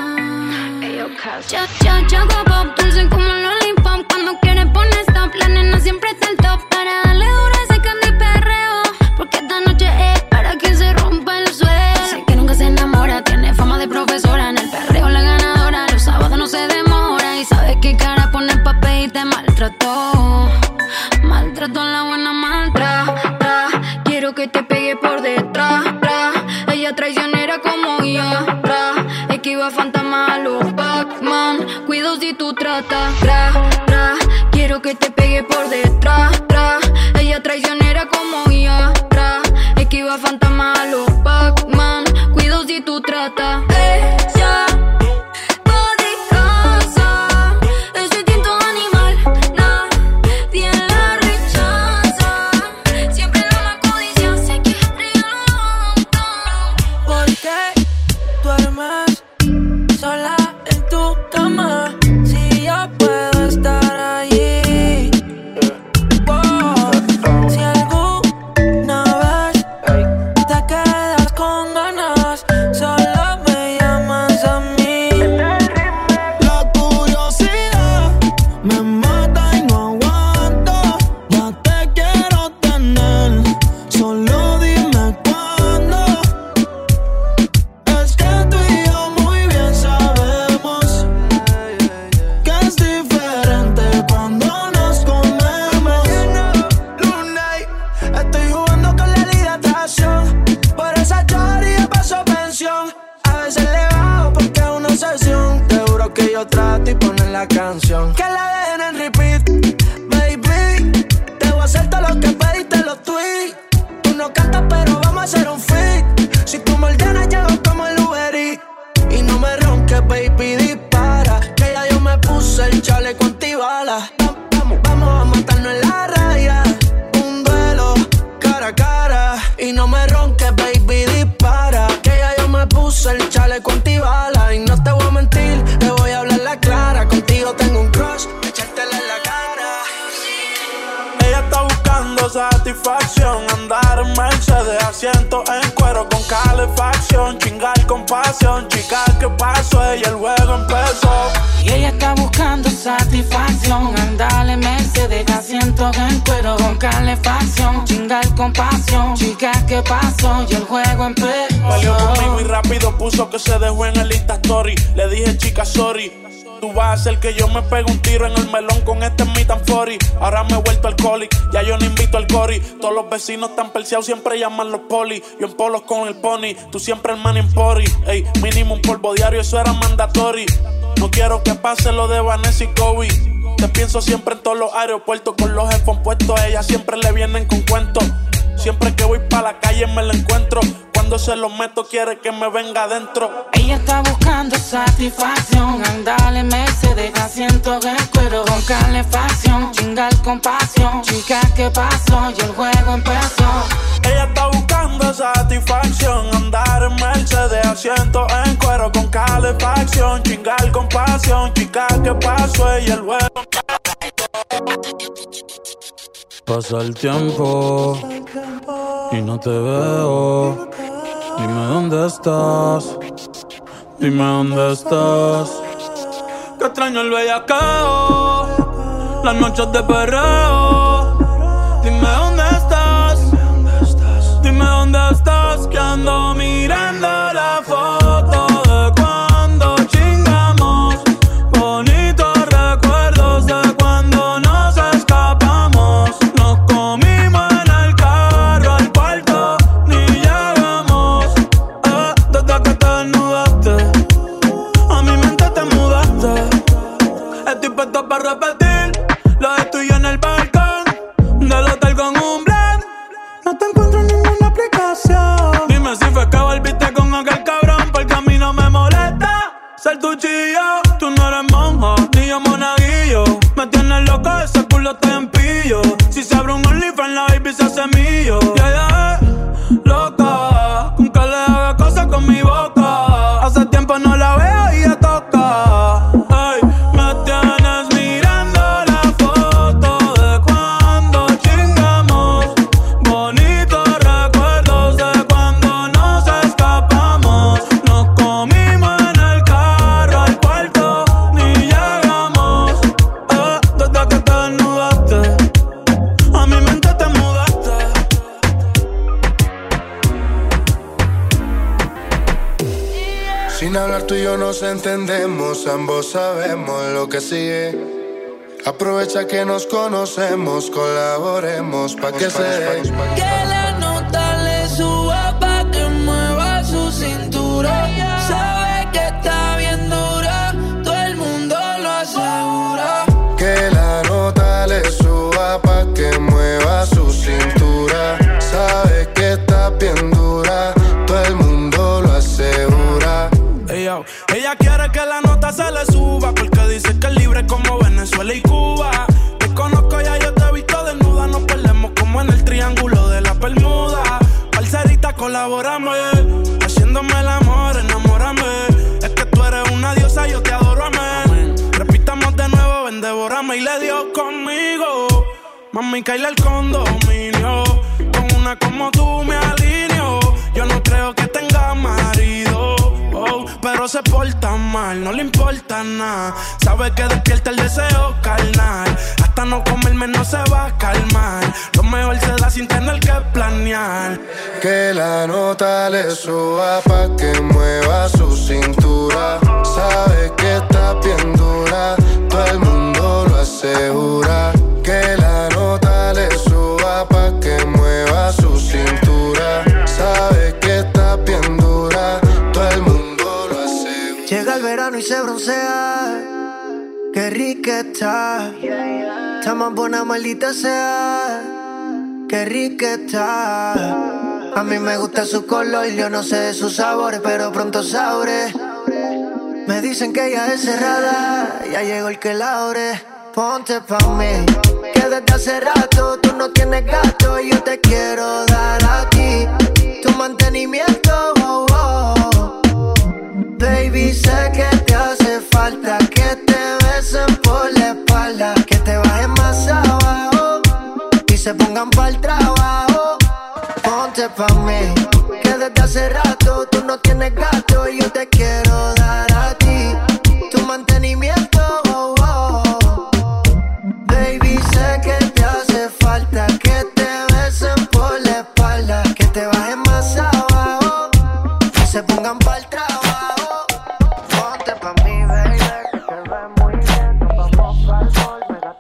S2: Cha, pop, dulce como lollipop. Cuando quiere poner stop, la nena siempre está al top. Para darle duro a ese candy perreo, porque esta noche es para que se rompa el suelo. Sé que nunca se enamora, tiene fama de profesora. En el perreo la ganadora, los sábados no se demora. Y sabe qué cara pone
S14: trata. Quiero que te pegue por detrás. Ella traicionera como Yara. Esquiva fantasma a los Pac-Man. Cuido si tú tratas. Ella va de casa. Ese instinto animal, nadie la rechaza. Siempre la codicia, sé que regalo.
S13: ¿Por qué duermes sola en tu cama? Si yo puedo estar allí. Si alguna vez te quedas con ganas, solo me llamas a mí.
S3: La curiosidad me mata y no aguanto. Ya te quiero tener, solo dime cuándo. Es que tú y yo muy bien sabemos que es diferente cuando nos comemos. Lunay, estoy jugando con la hidratación. Por esa choría paso pensión. A veces le bajo porque es una obsesión. Te juro que yo trato y poner la canción que la dejen en repeat. Baby, te voy a hacer todo lo que pediste los tweets. Tú no cantas pero vamos a hacer un feat. Si tú me ordenas llego como el Uber Eats. Y no me ronques, baby, dispara. Que ya yo me puse el chaleco antibala. Vamos a matarnos en la raya. Un duelo cara a cara. Y no me ronques, baby, dispara. Que ya yo me puse el chaleco antibala. Y no te voy a mentir, te voy a hablar la clara. Contigo tengo un crush, echártela en la cara. Ella está buscando satisfacción. Andar en Mercedes, asiento en cuero con calefacción. Chingar con pasión, chica, ¿qué pasó? Y el juego empezó.
S15: Y ella está buscando satisfacción. Andale Mercedes, asiento en cuero con calefacción. Chingar con pasión, chica, ¿qué pasó? Y el juego empezó.
S8: Peleó conmigo y rápido puso que se dejó en el Insta Story. Le dije, chica, sorry. Tú vas a hacer que yo me pegue un tiro en el melón con este Meet and 40. Ahora me he vuelto alcohólico, ya yo no invito al cori. Todos los vecinos están perseados, siempre llaman los poli. Yo en polos con el pony, tú siempre el man en pori. Ey, mínimo un polvo diario, eso era mandatory. No quiero que pase lo de Vanessa y Kobe. Te pienso siempre en todos los aeropuertos con los headphones puestos. A ella siempre le vienen con cuentos. Siempre que voy pa' la calle me la encuentro. Cuando se lo meto quiere que me venga adentro.
S15: Ella está buscando satisfacción. Andale Mercedes, asiento en cuero con calefacción. Chingar con pasión, chica, ¿qué pasó? Y el juego empezó.
S8: Ella está buscando satisfacción. Andar en Mercedes, asiento en cuero con calefacción. Chingar con pasión, chica, ¿qué pasó? Y el juego
S5: pasa el tiempo y no te veo. Dime dónde estás. Dime dónde estás. Que extraño el bellaqueo, las noches de perreo. Dime dónde estás. Dime dónde estás. Que ando mirando la foto de cuando chingamos. Bonitos recuerdos de cuando nos escapamos. Nos comimos en el carro, al cuarto ni llegamos. Desde que te desnudaste, a mi mente te mudaste. Estoy puesto para repetir lo de tuyo en el balcón del hotel con un blend. No te encuentro en ninguna aplicación. Dime si fue que volviste con aquel cabrón, porque a mí no me molesta ser tu chillo. Tú no eres monja, ni yo monaguillo. Me tienes loco, ese culo te empillo. Si se abre un OnlyFans, la baby se hace mío. Ya, loca, con que le haga cosas con mi boca. Hace tiempo no la veo y ya toca. Ay, me tienes mirando la foto de cuando chingamos. Bonitos recuerdos de cuando nos escapamos. Nos comimos en el carro, al cuarto ni llegamos. Desde que te desnudaste, a mi mente te mudaste.
S12: Sin hablar tú y yo nos entendemos, ambos sabemos lo que sigue. Aprovecha que nos conocemos, colaboremos pa' que se dé.
S13: Que la nota le suba pa' que mueva su cintura. Sabe que está bien dura, todo el mundo lo asegura.
S8: Mami, caíle al condominio. Con una como tú me alineo. Yo no creo que tenga marido, oh, pero se porta mal, no le importa nada. Sabe que despierta el deseo carnal. Hasta no comerme no se va a calmar. Lo mejor se da sin tener que planear.
S12: Que la nota le suba pa' que mueva su cintura. Sabe que está bien dura, todo el mundo lo asegura. Que la nota le suba pa' que mueva su cintura. Sabe que está bien dura, todo el mundo lo asegura.
S10: Llega el verano y se broncea. Qué rica está. Está más buena, maldita sea. Qué rica está. A mí me gusta su color, yo no sé de sus sabores, pero pronto sabré. Me dicen que ella es cerrada, ya llegó el que la abre. Ponte pa' mí, que desde hace rato tú no tienes gato y yo te quiero dar a ti tu mantenimiento, oh, oh. Baby, sé que te hace falta que te besen por la espalda, que te bajen más abajo y se pongan pa'l trabajo. Ponte pa' mí, que desde hace rato tú no tienes gato y yo te quiero dar a ti tu mantenimiento, oh, oh. Baby, sé que te hace falta que te besen por la espalda, que te bajen más abajo y se pongan pa'l trabajo. Ponte pa' mí, baby, que te ves muy bien. Nos vamos pa'l sol, me da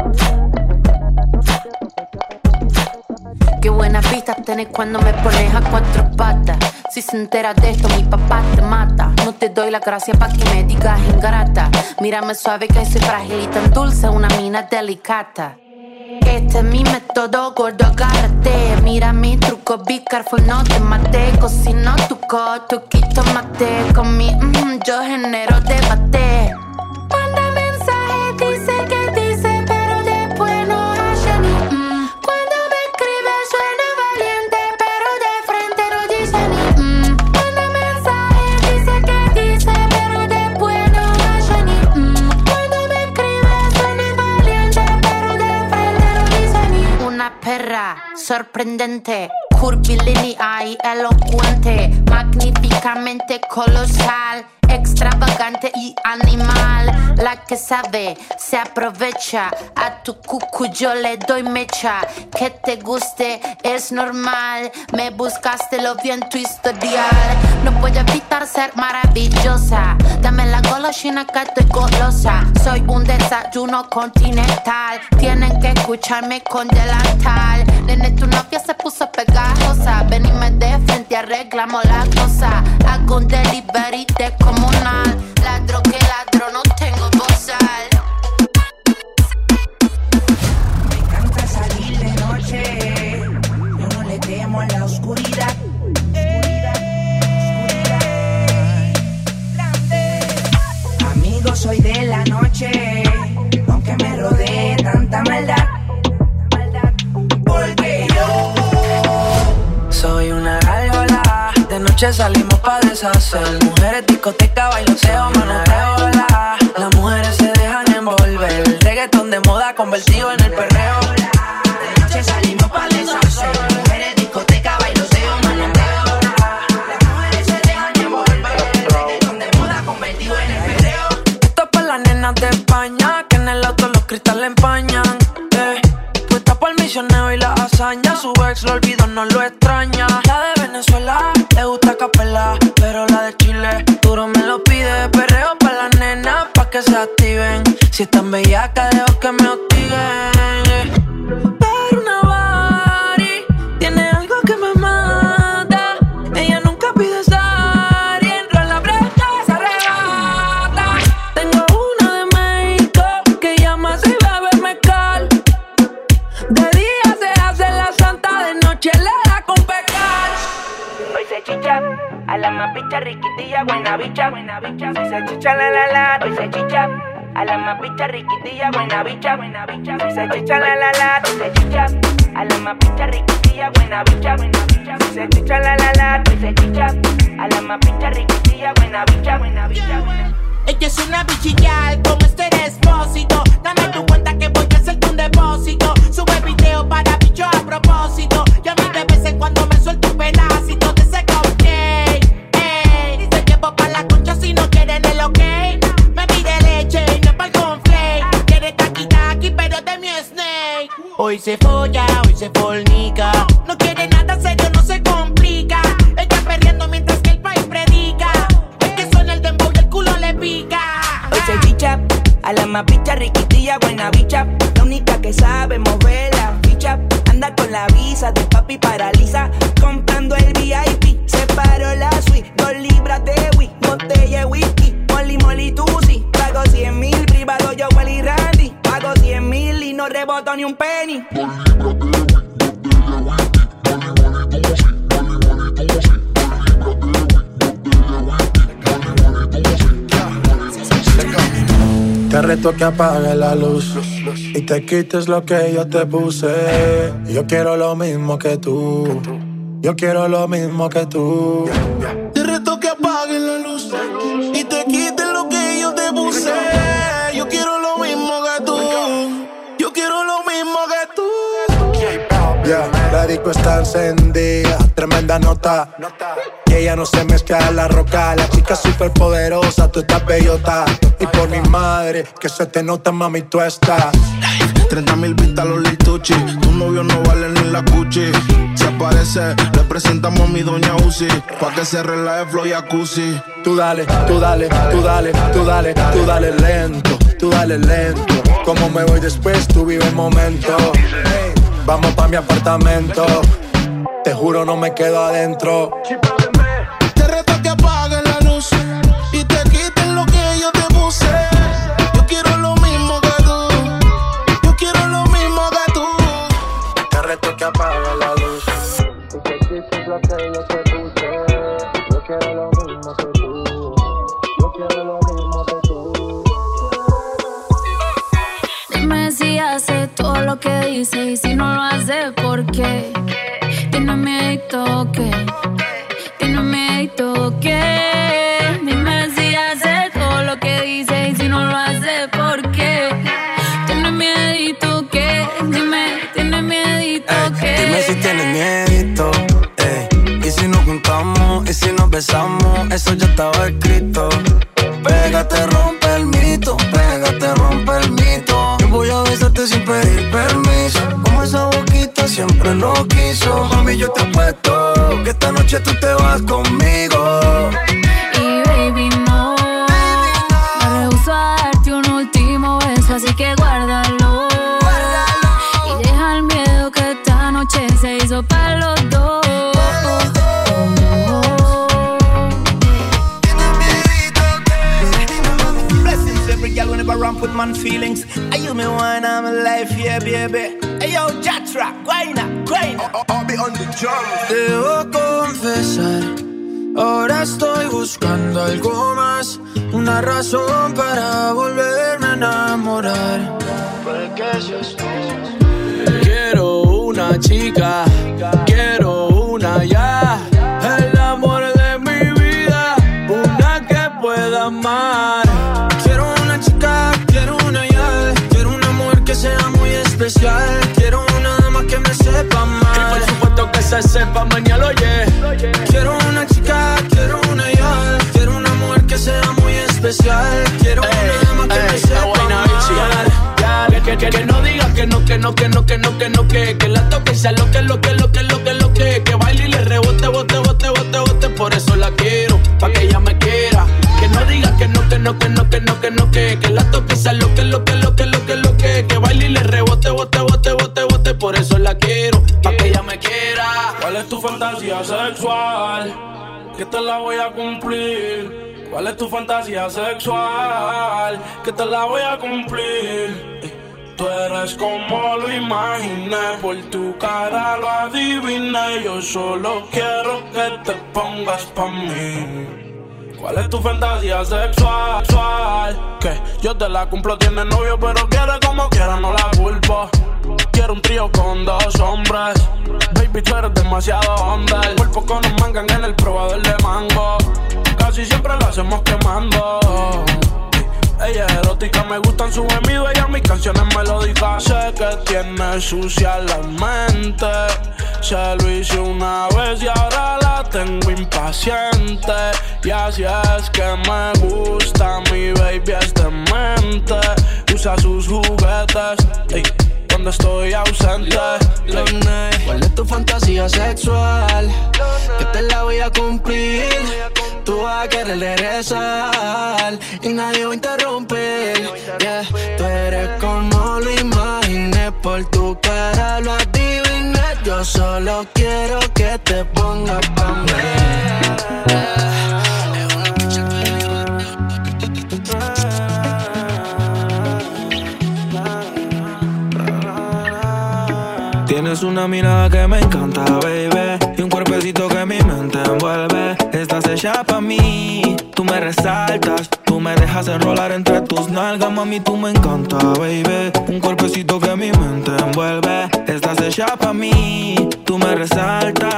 S16: Qué buenas vistas tenés cuando me pones a cuatro patas. Si se entera de esto, mi papá te mata. No te doy la gracia pa' que me digas ingrata. Mírame suave que soy frágil y tan dulce, una mina delicata. Este es mi método, gordo, agárrate. Mira mi truco, be careful, no te mate. Cocino tu coto, quito mate. Con mi yo genero debate. Manda mensaje, dice que dice, pero después no hace ni Cuando me escribe suena valiente, pero de frente no dice ni Manda mensaje, dice que dice, pero después no hace ni Cuando me escribe suena valiente, pero de frente no dice ni Una perra sorprendente, curvilínea y elocuente, magníficamente colosal, extravagante y animal. La que sabe se aprovecha, a tu cucu yo le doy mecha. Que te guste es normal, me buscaste, lo vi en tu historial. No puedo evitar ser maravillosa, dame la golosina que estoy golosa. Soy un desayuno continental, tienen que escucharme con delantal. Nene, tu novia se puso pegajosa, venime de frente, arreglamos la cosa. Hago un delivery descomunal, ladro que ladro, no tengo bozal.
S17: Me encanta salir de noche, yo no le temo a la oscuridad. Amigo, soy de la noche, aunque me rodee tanta maldad. Porque yo
S13: soy una gárgola, de noche salimos pa' deshacer. Mujeres, discoteca, bailoteo, manoteo, ¿verdad? Las mujeres se dejan envolver. El reggaetón de moda convertido en el perreo.
S17: de noche salimos pa' deshacer. Mujeres, discoteca, bailoteo, manoteo. Las mujeres se dejan envolver. El reggaetón de moda convertido en el perreo.
S13: Esto es pa' las nenas de España, que en el auto los cristales empañan. Puesta por el misionero y la hazaña, su ex lo olvidó, no lo extraña. La de Venezuela le gusta capela, pero la de Chile duro me lo pide. Perreo pa' las nenas pa' que se activen. Si están bellacas, dejo que me hostiguen. Pero una bari tiene algo que me mata. Ella nunca pide estar y entra en la brecha, se arrebata. Tengo una de México que llama si bebe mezcal. De día se hace la santa, de noche le da con pecar.
S17: Hoy se chicha, a la más bicha, riquitilla, buena bicha. Hoy se chicha, la. Hoy se chicha, a la más bicha, riquitilla, buena bicha. Hoy se chicha, la. Hoy se chicha, a la más bicha, riquitilla, buena bicha. Hoy se chicha, la. Hoy se chicha, a la más bicha, riquitilla, buena bicha.
S18: Ella es una bichillar con este despósito. Dame tu cuenta que voy a hacerte un depósito. Sube rica, hoy se fornica. No quiere nada serio, no se complica. Ella perreando mientras que el país predica. Es que suena el dembow y el culo le pica.
S17: Hoy se chicha, a la más bicha, riquitilla, buena bicha. La única que sabe mover la ficha. Anda con la visa de papi paraliza. Comprando el VIP, separó la suite. 2 libras de whisky, botella de whisky. Molly, molly, tusi. Pago 100,000, privado yo, Wally Randy. Pago 100,000 y no reboto ni un penny.
S3: Te reto que apagues la luz y te quites lo que yo te puse. Yo quiero lo mismo que tú. Yo quiero lo mismo que tú.
S8: Te reto que apagues la luz y te quites lo que yo te puse. Yo quiero lo mismo que tú. Yo quiero lo mismo que tú.
S3: La disco está encendida, tremenda nota. Y ella no se mezcla a la roca. La chica súper poderosa, tú estás bellota. Y por mi madre, que se te nota, mami, tú estás.
S8: 30,000 vistas los Lil Tucci. Tu novio no vale ni la cuchi. Si aparece, le presentamos a mi doña Uzi. Pa' que se relaje flow y jacuzzi.
S3: Tú dale, tú dale, tú dale, tú dale, tú dale lento, tú dale lento. Como me voy después, tú vive el momento. Vamos pa' mi apartamento. Te juro no me quedo adentro.
S8: Te reto que apagues la luz y te quites lo que yo te puse. Yo quiero lo mismo que tú. Yo quiero lo mismo que tú.
S3: Te reto que apagues la luz y te quites lo que yo te puse. Yo quiero lo mismo que tú. Yo quiero lo mismo que tú.
S14: Dime si hace todo lo que dice y si no lo hace, ¿por qué? Tiene miedo que, tiene miedo que. Dime si hace todo lo que dice y si no lo hace, ¿por qué? Tiene miedo que, dime, tiene miedo que.
S19: Dime si tienes miedito, y si nos juntamos, y si nos besamos, eso ya estaba escrito. Pégate, rompe el mito, pégate, rompe el mito. Yo voy a besarte sin pedir permiso, como esa boquita siempre lo quiso. Mami, yo te apuesto que esta noche tú te vas conmigo.
S14: Y baby, no, me rehuso a darte un último beso, así que guárdalo. Y deja el miedo que esta noche se hizo para los dos.
S18: Ramp with man feelings. Are you me one of my life, yeah, baby. Hey, yo, Jatra, guayna.
S8: I'll be on the drum.
S13: Debo confesar, ahora estoy buscando algo más. Una razón para volverme a enamorar. Porque yo estoy... Quiero una chica, quiero una ya. El amor de mi vida, una que pueda amar. Que sea muy especial. Quiero una dama que me sepa mal. Y por supuesto que se sepa mañana, oye. Quiero una chica, quiero una ya. Quiero una mujer que sea muy especial. Quiero una dama que me sepa mal. Que no diga que no, que no, que no, que no, que no, que la toque sea lo que baile y le rebote, bote, por eso la quiero, pa' que ella me quiera. Que no diga que no, que no, que no, que no, que no, que la toque sea lo que baile y le rebote, bote, por eso la quiero, pa' que ella me quiera.
S8: ¿Cuál es tu fantasía sexual? Que te la voy a cumplir. ¿Cuál es tu fantasía sexual? Que te la voy a cumplir. Tú eres como lo imaginé, por tu cara lo adiviné. Yo solo quiero que te pongas pa' mí. ¿Cuál es tu fantasía sexual? Que yo te la cumplo, tienes novio pero quiere como quiera, no la culpo. Quiero un trío con 2 hombres. Baby, tú eres demasiado onda. El cuerpo con un mangan en el probador de mango. Casi siempre lo hacemos quemando. Ella es erótica, me gustan sus gemidos, ella mis canciones melódicas. Sé que tiene sucia la mente. Se lo hice una vez y ahora la tengo impaciente. Y así es que me gusta, mi baby es demente. Usa sus juguetes, ey.
S13: cuando estoy ausente. ¿Cuál es tu fantasía sexual? Que te la voy a cumplir. Tú vas a querer regresar y nadie va a interrumpir. Yeah. Tú eres como lo imaginé, por tu cara lo adiviné. Yo solo quiero que te pongas pa' mí.
S20: Tienes una mirada que me encanta, baby, y un cuerpecito que mi mente envuelve. Estás hecha pa' mí, tú me resaltas, tú me dejas enrolar entre tus nalgas. Mami, tú me encanta, baby, un cuerpecito que mi mente envuelve. Estás hecha pa' mí, tú me resaltas.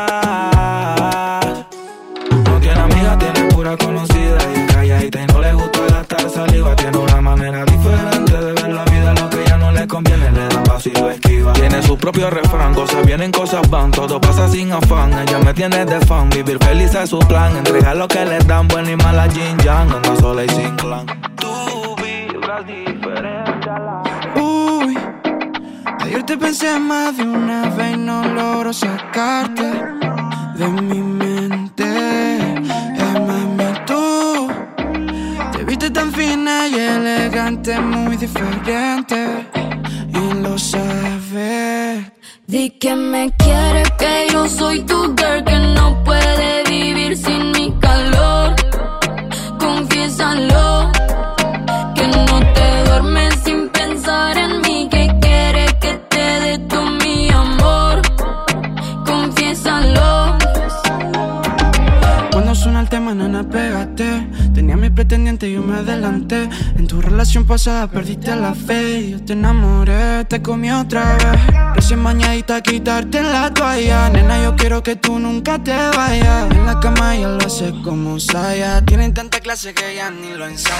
S20: No tiene amiga, tiene pura conocida y calladita y no le gusta gastar saliva. Tiene una manera diferente de ver la vida, lo que ya no le conviene le da paso y lo esquiva. Tiene su propio refrán, cosas vienen, cosas van, todo pasa sin afán. Ella me tiene de fan, vivir feliz es su plan. Entregar lo que le dan, buena y mala yin yang, anda sola y sin clan. Tú vibras diferente a la...
S15: Uy, ayer te pensé más de una vez y no logro sacarte de mi mente. Mami, tú te viste tan fina y elegante, muy diferente, y lo sabes.
S14: Di que me quieres, que yo soy tu girl, que no puede vivir sin mi calor. Confiésalo, que no te duermes sin pensar en mí, que quieres que te dé todo mi amor. Confiésalo.
S15: Cuando suena el tema, nena, pégate. Tenía mi pretendiente y yo me adelanté. En tu relación pasada perdiste la fe. Yo te enamoré, te comí otra vez. Recién bañadita a quitarte la toalla. Nena, yo quiero que tú nunca te vayas. En la cama ella lo hace como Saya. Tienen tanta clase que ya ni lo ensaya.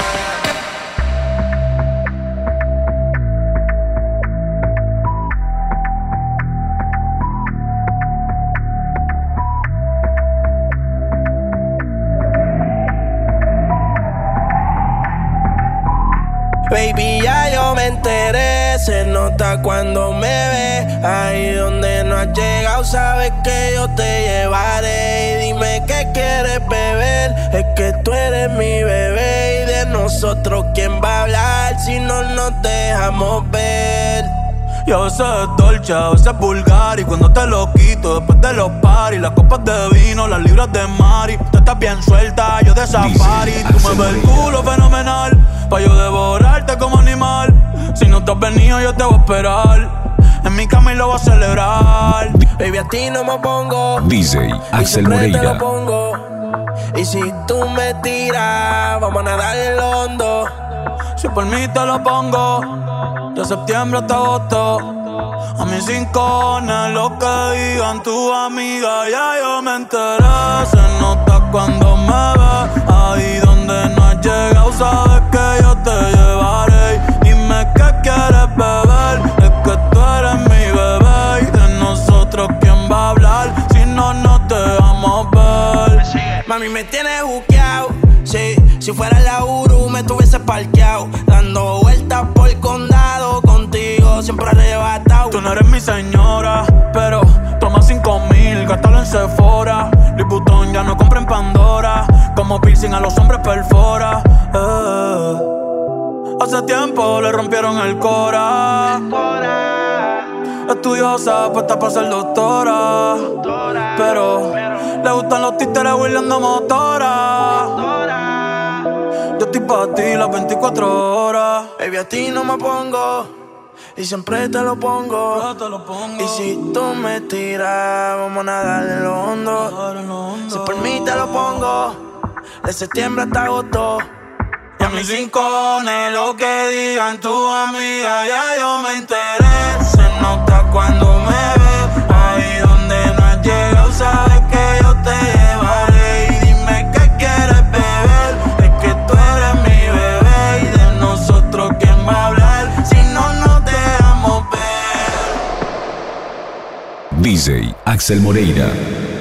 S13: Baby, ya yo me enteré, se nota cuando me ves. Ahí donde no has llegado, sabes que yo te llevaré. Y dime qué quieres beber, es que tú eres mi bebé. Y de nosotros, ¿quién va a hablar si no nos dejamos ver?
S5: Y a veces es dolce, a veces es vulgar. Y cuando te lo quito, después de los paris, las copas de vino, las libras de mari. Tú estás bien suelta, yo de safari. Tú me ves el culo fenomenal, pa' yo devorarte como animal. Si no te has venido, yo te voy a esperar en mi cama y lo voy a celebrar.
S13: Baby, a ti no me pongo,
S21: DJ Axel
S13: Moreira. Te
S21: Moreira.
S13: lo pongo. Y si tú me tiras, vamos a nadar en lo hondo.
S5: Si por mí te lo pongo, de septiembre hasta agosto. A mis rincones, lo que digan tus amigas, ya yo me enteré. Se nota cuando me ves, ahí donde no has llegado, sabes que yo te llevaré. Dime qué quieres beber, es que tú eres mi bebé. Y de nosotros, ¿quién va a hablar si no nos dejamos ver?
S13: Mami, me tienes buqueado, sí. Si fuera la Uru me tuviese parqueado, dando vueltas por el condado, contigo siempre arrebatado.
S5: Tú no eres mi señora, pero toma 5,000, gástalo en Sephora. Louis Vuitton ya no compra en Pandora, como piercing a los hombres perfora. Hace tiempo le rompieron el cora. Estudiosa, puesta para ser doctora, pero le gustan los títeres huirleando motora. Yo estoy pa' ti las 24 horas.
S13: Baby, a ti no me pongo, y siempre te lo pongo. Y si tú me tiras, vamos a nadar en lo hondo. Si por mí te lo pongo, de septiembre hasta agosto.
S5: Y a mis rincones, lo que digan tus amigas, ya yo me enteré. Se nota cuando me ves, ahí donde no has llegado, sabes que yo te llevaré. Y dime qué quieres beber, es que tú eres mi bebé. Y de nosotros, ¿quién va a hablar si no nos dejamos ver?
S21: DJ Axel Moreira.